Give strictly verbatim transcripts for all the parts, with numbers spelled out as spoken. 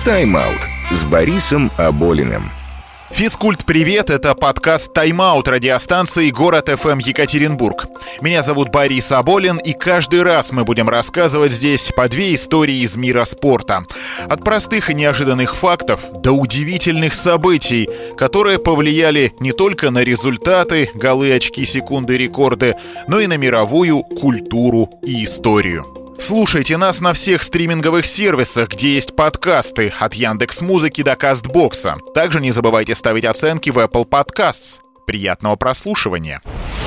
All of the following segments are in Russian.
Тайм-аут с Борисом Аболиным. Физкульт, привет! Это подкаст «Тайм-аут» радиостанции «Город эф эм Екатеринбург». Меня зовут Борис Аболин, и каждый раз мы будем рассказывать здесь по две истории из мира спорта. От простых и неожиданных фактов до удивительных событий, которые повлияли не только на результаты, голы, очки, секунды, рекорды, но и на мировую культуру и историю. Слушайте нас на всех стриминговых сервисах, где есть подкасты, от Яндекс.Музыки до Кастбокса. Также не забывайте ставить оценки в Apple Podcasts. Приятного прослушивания!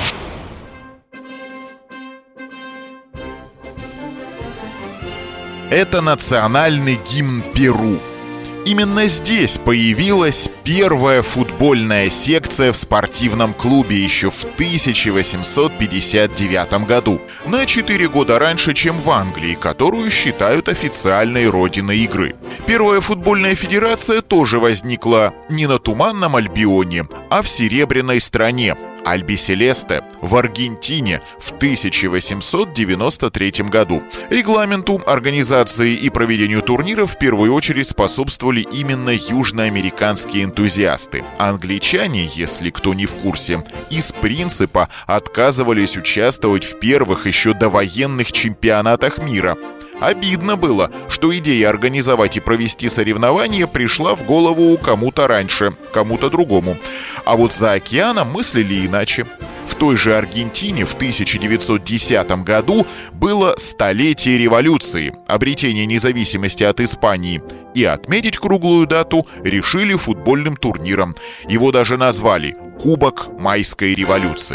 Это национальный гимн Перу. Именно здесь появилась первая футбольная секция в спортивном клубе еще в тысяча восемьсот пятьдесят девятом году. На четыре года раньше, чем в Англии, которую считают официальной родиной игры. Первая футбольная федерация тоже возникла не на Туманном Альбионе, а в Серебряной стране, Альби-Селесте, в Аргентине в тысяча восемьсот девяносто третьем году. Регламенту, организации и проведению турниров в первую очередь способствовали именно южноамериканские энтузиасты. Англичане, если кто не в курсе, из принципа отказывались участвовать в первых еще довоенных чемпионатах мира. Обидно было, что идея организовать и провести соревнования пришла в голову кому-то раньше, кому-то другому. А вот за океаном мыслили иначе. В той же Аргентине в тысяча девятьсот десятом году было столетие революции, обретение независимости от Испании. И отметить круглую дату решили футбольным турниром. Его даже назвали «Кубок Майской революции».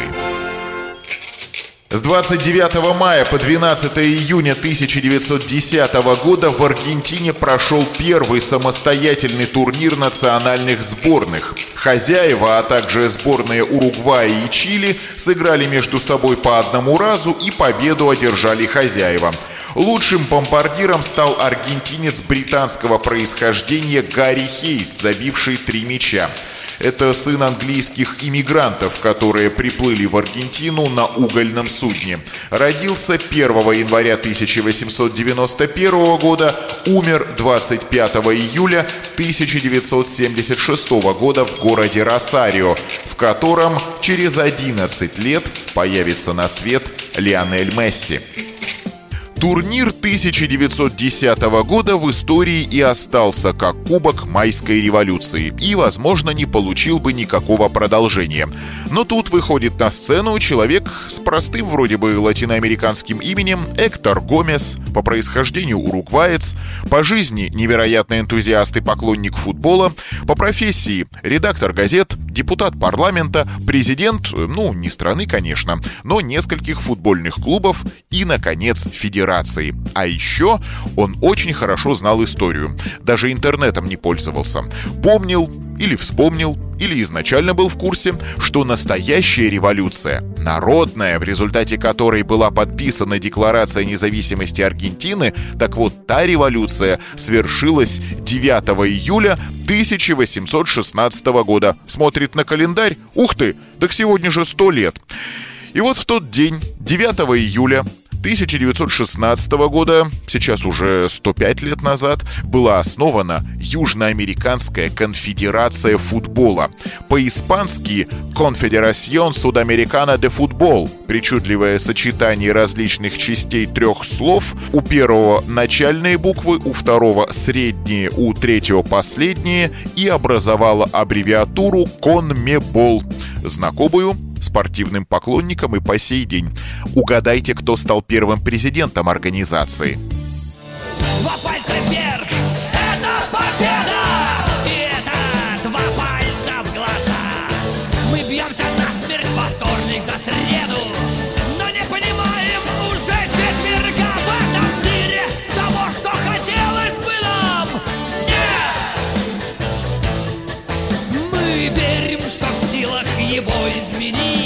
С двадцать девятого мая по двенадцатого июня тысяча девятьсот десятого года в Аргентине прошел первый самостоятельный турнир национальных сборных. Хозяева, а также сборные Уругвая и Чили сыграли между собой по одному разу, и победу одержали хозяева. Лучшим бомбардиром стал аргентинец британского происхождения Гарри Хейс, забивший три мяча. Это сын английских иммигрантов, которые приплыли в Аргентину на угольном судне. Родился первого января тысяча восемьсот девяносто первого года, умер двадцать пятого июля тысяча девятьсот семьдесят шестого года в городе Росарио, в котором через одиннадцать лет появится на свет Лионель Месси. Турнир тысяча девятьсот десятого года в истории и остался как Кубок Майской революции и, возможно, не получил бы никакого продолжения. Но тут выходит на сцену человек с простым вроде бы латиноамериканским именем Эктор Гомес, по происхождению уругваец, по жизни невероятный энтузиаст и поклонник футбола, по профессии редактор газет, депутат парламента, президент, ну, не страны, конечно, но нескольких футбольных клубов и, наконец, федерации. А еще он очень хорошо знал историю, даже интернетом не пользовался. Помнил или вспомнил, или изначально был в курсе, что настоящая революция, народная, в результате которой была подписана Декларация независимости Аргентины, так вот, та революция свершилась девятого июля тысяча восемьсот шестнадцатого года. Смотрит на календарь, ух ты, так сегодня же сто лет. И вот в тот день, девятого июля тысяча девятьсот шестнадцатого года, сейчас уже сто пять лет назад, была основана Южноамериканская конфедерация футбола. По-испански «Confederación Sudamericana de Fútbol». Причудливое сочетание различных частей трех слов. У первого начальные буквы, у второго средние, у третьего последние, и образовала аббревиатуру «Конмебол», знакомую спортивным поклонникам и по сей день. Угадайте, кто стал первым президентом организации. Два пальца вверх! Это победа! И это два пальца в глаза! Мы бьемся насмерть во вторник за среду, но не понимаем уже четверга в этом мире того, что хотелось бы нам! Нет! Мы верим, что в силах его изменить.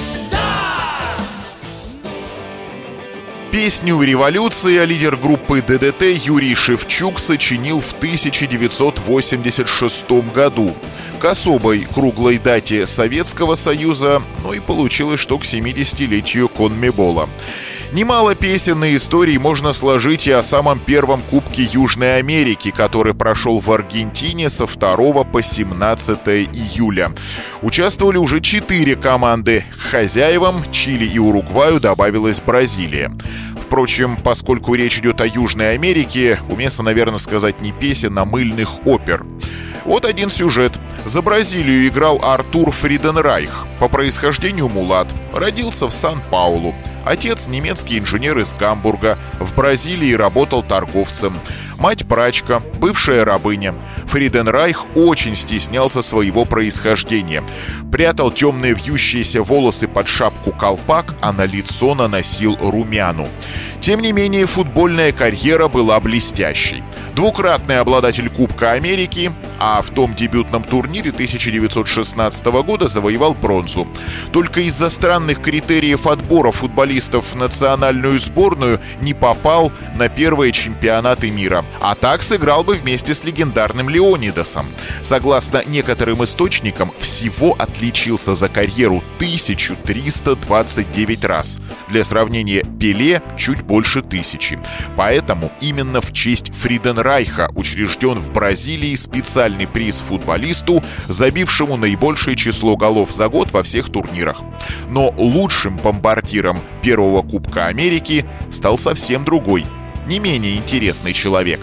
Песню «Революция» лидер группы дэ дэ тэ Юрий Шевчук сочинил в тысяча девятьсот восемьдесят шестом году. К особой круглой дате Советского Союза, ну и получилось, что к семидесятилетию Конмебола. Немало песен и историй можно сложить и о самом первом Кубке Южной Америки, который прошел в Аргентине со второго по семнадцатое июля. Участвовали уже четыре команды. К хозяевам Чили и Уругваю добавилась Бразилия. Впрочем, поскольку речь идет о Южной Америке, уместно, наверное, сказать не песен, а мыльных опер. Вот один сюжет. За Бразилию играл Артур Фриденрайх. По происхождению мулат. Родился в Сан-Паулу. Отец немецкий инженер из Гамбурга. В Бразилии работал торговцем. Мать прачка, бывшая рабыня. Фриденрайх очень стеснялся своего происхождения. Прятал темные вьющиеся волосы под шапку-колпак, а на лицо наносил румяну. Тем не менее, футбольная карьера была блестящей. Двукратный обладатель Кубка Америки, а в том дебютном турнире тысяча девятьсот шестнадцатого года завоевал бронзу. Только из-за странных критериев отбора футболистов в национальную сборную не попал на первые чемпионаты мира. А так сыграл бы вместе с легендарным Леонидасом. Согласно некоторым источникам, всего отличился за карьеру тысяча триста двадцать девять раз. Для сравнения, Пеле чуть больше тысячи. Поэтому именно в честь Фриденрайха учрежден в Бразилии специальный приз футболисту, забившему наибольшее число голов за год во всех турнирах. Но лучшим бомбардиром первого Кубка Америки стал совсем другой, не менее интересный человек.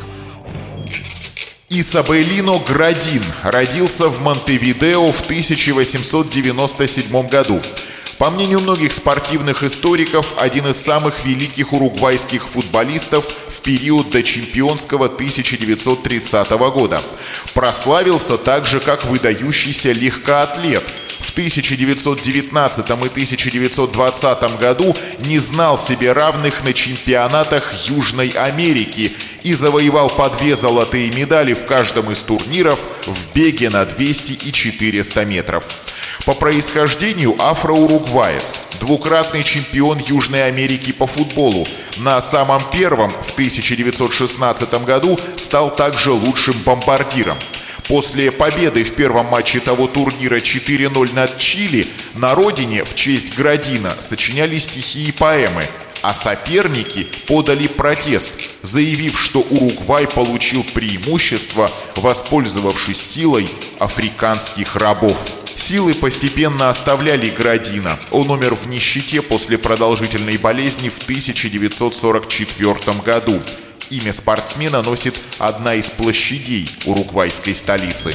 Исабелино Градин родился в Монтевидео в тысяча восемьсот девяносто седьмом году. По мнению многих спортивных историков, один из самых великих уругвайских футболистов в период до чемпионского тысяча девятьсот тридцатого года. Прославился также как выдающийся легкоатлет. В тысяча девятьсот девятнадцатом и тысяча девятьсот двадцатом году не знал себе равных на чемпионатах Южной Америки и завоевал по две золотые медали в каждом из турниров в беге на двести и четыреста метров. По происхождению афро-уругваец, двукратный чемпион Южной Америки по футболу. На самом первом в тысяча девятьсот шестнадцатом году стал также лучшим бомбардиром. После победы в первом матче того турнира четыре ноль над Чили на родине в честь Градина сочиняли стихи и поэмы, а соперники подали протест, заявив, что Уругвай получил преимущество, воспользовавшись силой африканских рабов. Силы постепенно оставляли Градина. Он умер в нищете после продолжительной болезни в тысяча девятьсот сорок четвёртом году. Имя спортсмена носит одна из площадей уругвайской столицы.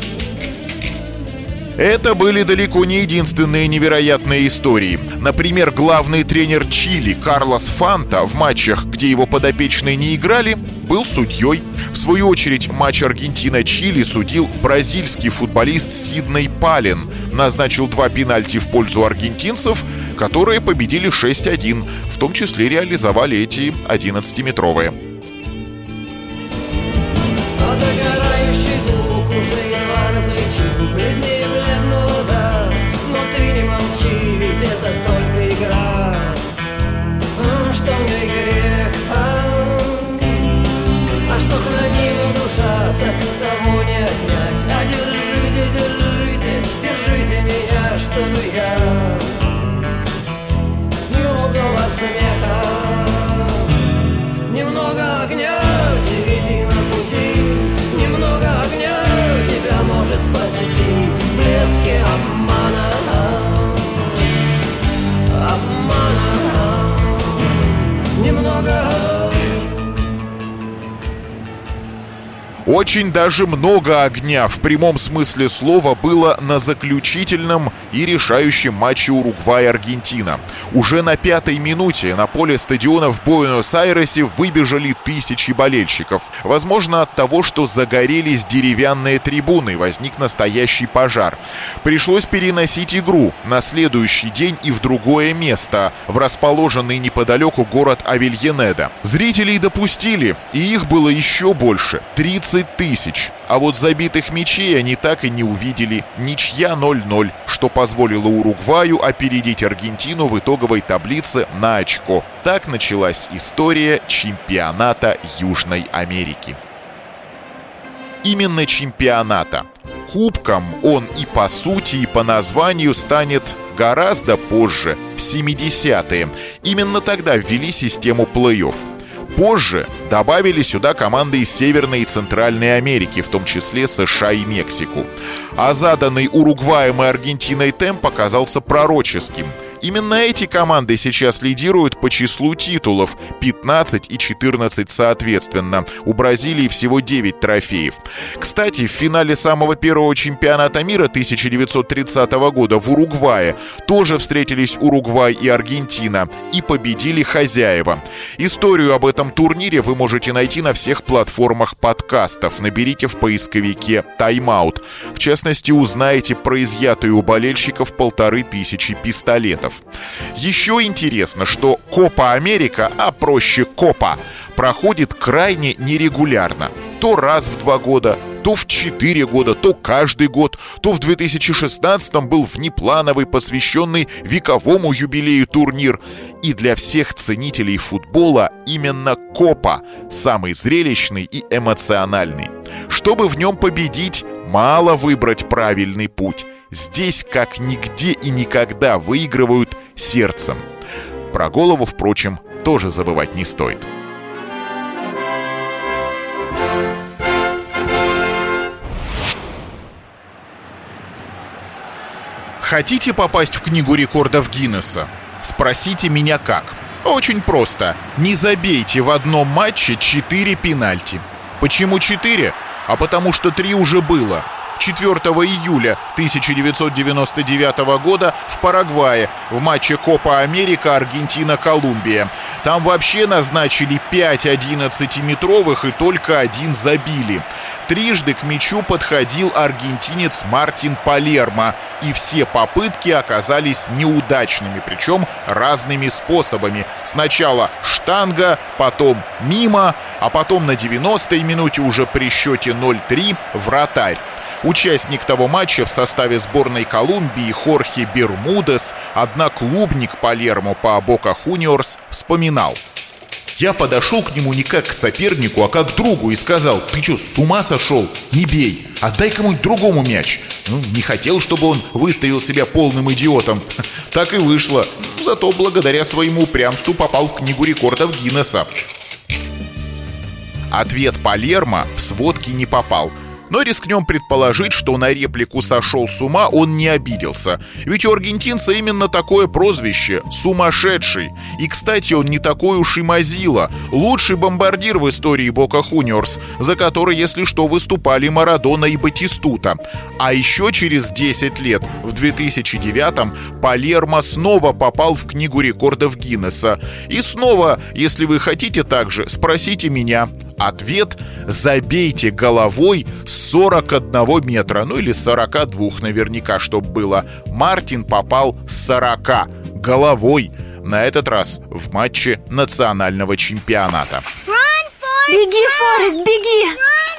Это были далеко не единственные невероятные истории. Например, главный тренер Чили Карлос Фанта в матчах, где его подопечные не играли, был судьей. В свою очередь, матч Аргентина-Чили судил бразильский футболист Сидней Пален. Назначил два пенальти в пользу аргентинцев, которые победили шесть один. В том числе реализовали эти одиннадцатиметровые. Очень даже много огня в прямом смысле слова было на заключительном и решающем матче Уругвай-Аргентина. Уже на пятой минуте на поле стадиона в Буэнос-Айресе выбежали тысячи болельщиков. Возможно, от того, что загорелись деревянные трибуны, возник настоящий пожар. Пришлось переносить игру на следующий день и в другое место, в расположенный неподалеку город Авельенеда. Зрителей допустили, и их было еще больше – тридцать тысяч. А вот забитых мячей они так и не увидели. Ничья ноль ноль, что позволило Уругваю опередить Аргентину в итоговой таблице на очко. Так началась история чемпионата Южной Америки. Именно чемпионата. Кубком он и по сути, и по названию станет гораздо позже, в семидесятые. Именно тогда ввели систему плей-офф. Позже добавили сюда команды из Северной и Центральной Америки, в том числе США и Мексику. А заданный Уругваем и Аргентиной темп оказался пророческим. Именно эти команды сейчас лидируют по числу титулов – пятнадцать и четырнадцать соответственно. У Бразилии всего девять трофеев. Кстати, в финале самого первого чемпионата мира тысяча девятьсот тридцатого года в Уругвае тоже встретились Уругвай и Аргентина и победили хозяева. Историю об этом турнире вы можете найти на всех платформах подкастов. Наберите в поисковике «Тайм-аут». В частности, узнаете про изъятые у болельщиков полторы тысячи пистолетов. Еще интересно, что Копа Америка, а проще Копа, проходит крайне нерегулярно. То раз в два года, то в четыре года, то каждый год, то в две тысячи шестнадцатом был внеплановый, посвященный вековому юбилею турнир. И для всех ценителей футбола именно Копа самый зрелищный и эмоциональный. Чтобы в нем победить, мало выбрать правильный путь. Здесь, как нигде и никогда, выигрывают сердцем. Про голову, впрочем, тоже забывать не стоит. Хотите попасть в книгу рекордов Гиннесса? Спросите меня как. Очень просто. Не забейте в одном матче четыре пенальти. Почему четыре? А потому что три уже было. четвёртого июля тысяча девятьсот девяносто девятого года в Парагвае в матче Копа Америка Аргентина-Колумбия. Там вообще назначили пять одиннадцатиметровых и только один забили. Трижды к мячу подходил аргентинец Мартин Палермо, и все попытки оказались неудачными, причем разными способами. Сначала штанга, потом мимо, а потом на девяностой минуте уже при счете ноль три вратарь. Участник того матча в составе сборной Колумбии Хорхе Бермудес, одноклубник Палермо по Бока Хуниорс, вспоминал: «Я подошел к нему не как к сопернику, а как к другу и сказал: ты что, с ума сошел? Не бей, отдай кому-нибудь другому мяч». Ну, не хотел, чтобы он выставил себя полным идиотом. Так и вышло. Зато благодаря своему упрямству попал в книгу рекордов Гиннесса. Ответ Палермо в сводки не попал. Но рискнем предположить, что на реплику «сошел с ума» он не обиделся. Ведь у аргентинца именно такое прозвище – «сумасшедший». И, кстати, он не такой уж и мазила. Лучший бомбардир в истории Бока Хуниорс, за который, если что, выступали Марадона и Батистута. А еще через десять лет, в две тысячи девятом, Палермо снова попал в книгу рекордов Гиннесса. И снова, если вы хотите так же, спросите меня. Ответ – забейте головой с сорок одного метра, ну или сорока двух наверняка, чтоб было. Мартин попал с сорока головой, на этот раз в матче национального чемпионата. Беги, Форест, беги!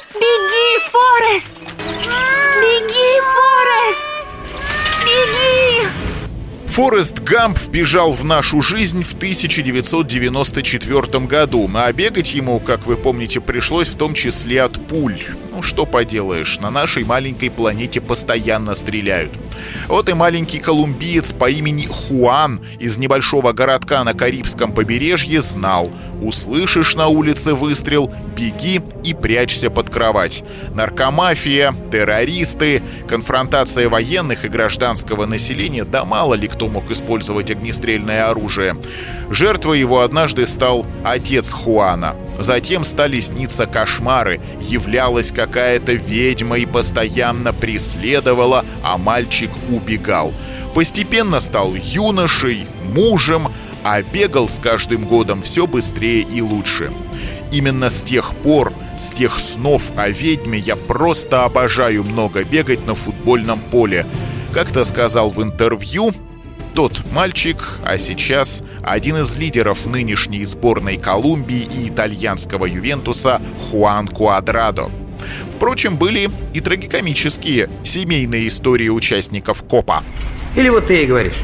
Беги, Форест! Беги, Форест! Беги! Форест Гамп вбежал в нашу жизнь в тысяча девятьсот девяносто четвёртом году, а бегать ему, как вы помните, пришлось в том числе от пуль. Ну что поделаешь, на нашей маленькой планете постоянно стреляют. Вот и маленький колумбиец по имени Хуан из небольшого городка на Карибском побережье знал: услышишь на улице выстрел, беги и прячься под кровать. Наркомафия, террористы, конфронтация военных и гражданского населения, да мало ли кто мог использовать огнестрельное оружие. Жертвой его однажды стал отец Хуана. Затем стали сниться кошмары, являлась какая-то ведьма и постоянно преследовала, а мальчик убегал. Постепенно стал юношей, мужем, а бегал с каждым годом все быстрее и лучше. Именно с тех пор, с тех снов о ведьме я просто обожаю много бегать на футбольном поле. Как-то сказал в интервью тот мальчик, а сейчас один из лидеров нынешней сборной Колумбии и итальянского Ювентуса Хуан Куадрадо. Впрочем, были и трагикомические семейные истории участников Копа. Или вот ты ей говоришь: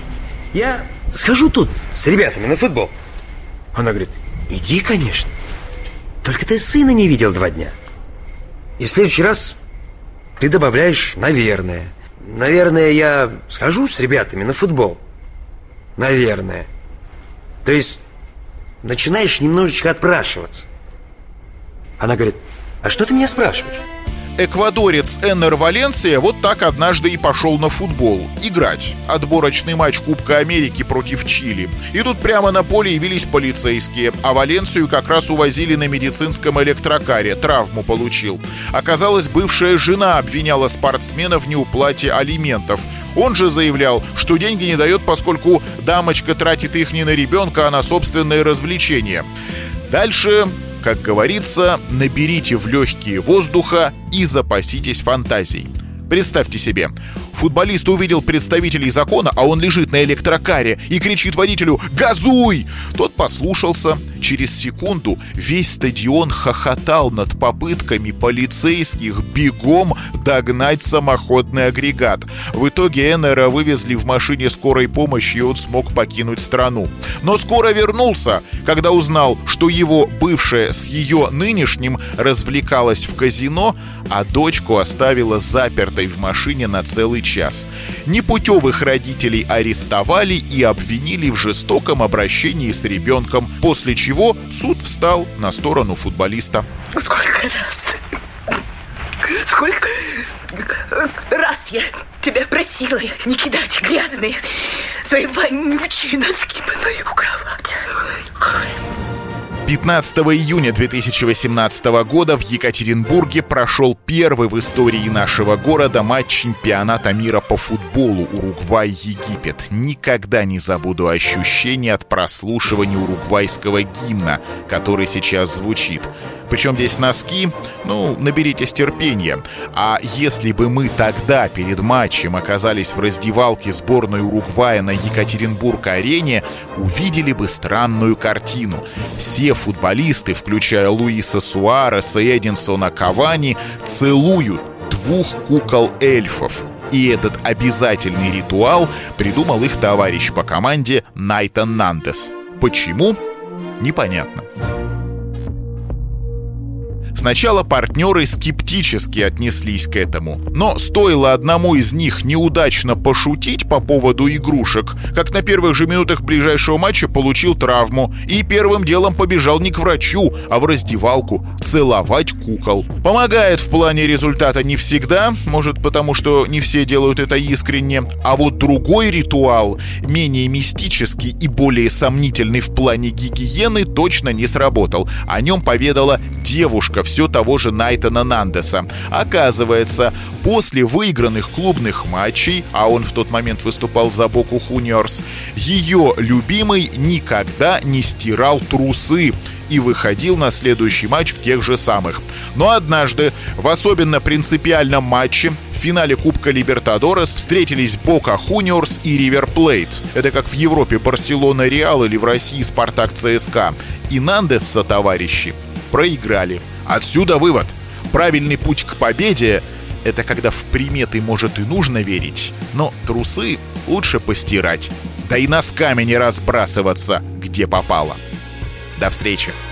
я схожу тут с ребятами на футбол. Она говорит: иди, конечно. Только ты сына не видел два дня. И в следующий раз ты добавляешь «наверное». наверное, я схожу с ребятами на футбол. Наверное. То есть начинаешь немножечко отпрашиваться. Она говорит: а что ты меня спрашиваешь? Эквадорец Эннер Валенсия вот так однажды и пошел на футбол. Играть. Отборочный матч Кубка Америки против Чили. И тут прямо на поле явились полицейские, а Валенсию как раз увозили на медицинском электрокаре. Травму получил. Оказалось, бывшая жена обвиняла спортсмена в неуплате алиментов. Он же заявлял, что деньги не дает, поскольку дамочка тратит их не на ребенка, а на собственные развлечения. Дальше, как говорится, наберите в легкие воздуха и запаситесь фантазией. Представьте себе, футболист увидел представителей закона, а он лежит на электрокаре и кричит водителю: «Газуй!». Тот послушался. Через секунду весь стадион хохотал над попытками полицейских бегом догнать самоходный агрегат. В итоге Эннера вывезли в машине скорой помощи, и он смог покинуть страну. Но скоро вернулся, когда узнал, что его бывшая с ее нынешним развлекалась в казино, а дочку оставила запертой в машине на целый час. Непутевых родителей арестовали и обвинили в жестоком обращении с ребенком, после чего суд встал на сторону футболиста. Сколько раз, сколько раз я тебя просила не кидать грязные свои вонючие носки под мою кровать. пятнадцатого июня две тысячи восемнадцатого года в Екатеринбурге прошел первый в истории нашего города матч чемпионата мира по футболу Уругвай-Египет. Никогда не забуду ощущение от прослушивания уругвайского гимна, который сейчас звучит. Причем здесь носки, ну, наберитесь терпения. А если бы мы тогда перед матчем оказались в раздевалке сборной Уругвая на Екатеринбург-арене, увидели бы странную картину. Все футболисты, включая Луиса Суареса и Эдинсона Кавани, целуют двух кукол-эльфов. И этот обязательный ритуал придумал их товарищ по команде Найтан Нандес. Почему? Непонятно. Сначала партнеры скептически отнеслись к этому, но стоило одному из них неудачно пошутить по поводу игрушек, как на первых же минутах ближайшего матча получил травму и первым делом побежал не к врачу, а в раздевалку целовать кукол. Помогает в плане результата не всегда, может потому, что не все делают это искренне, а вот другой ритуал, менее мистический и более сомнительный в плане гигиены, точно не сработал. О нем поведала девушка все того же Найтана Нандеса. Оказывается, после выигранных клубных матчей, а он в тот момент выступал за Боку Хуниорс, ее любимый никогда не стирал трусы и выходил на следующий матч в тех же самых. Но однажды, в особенно принципиальном матче, в финале Кубка Либертадорес встретились Бока Хуниорс и Ривер Плейт. Это как в Европе Барселона Реал или в России Спартак ЦСКА. И Нандес со товарищи проиграли. Отсюда вывод. Правильный путь к победе — это когда в приметы, может, и нужно верить, но трусы лучше постирать. Да и носками не разбрасываться, где попало. До встречи.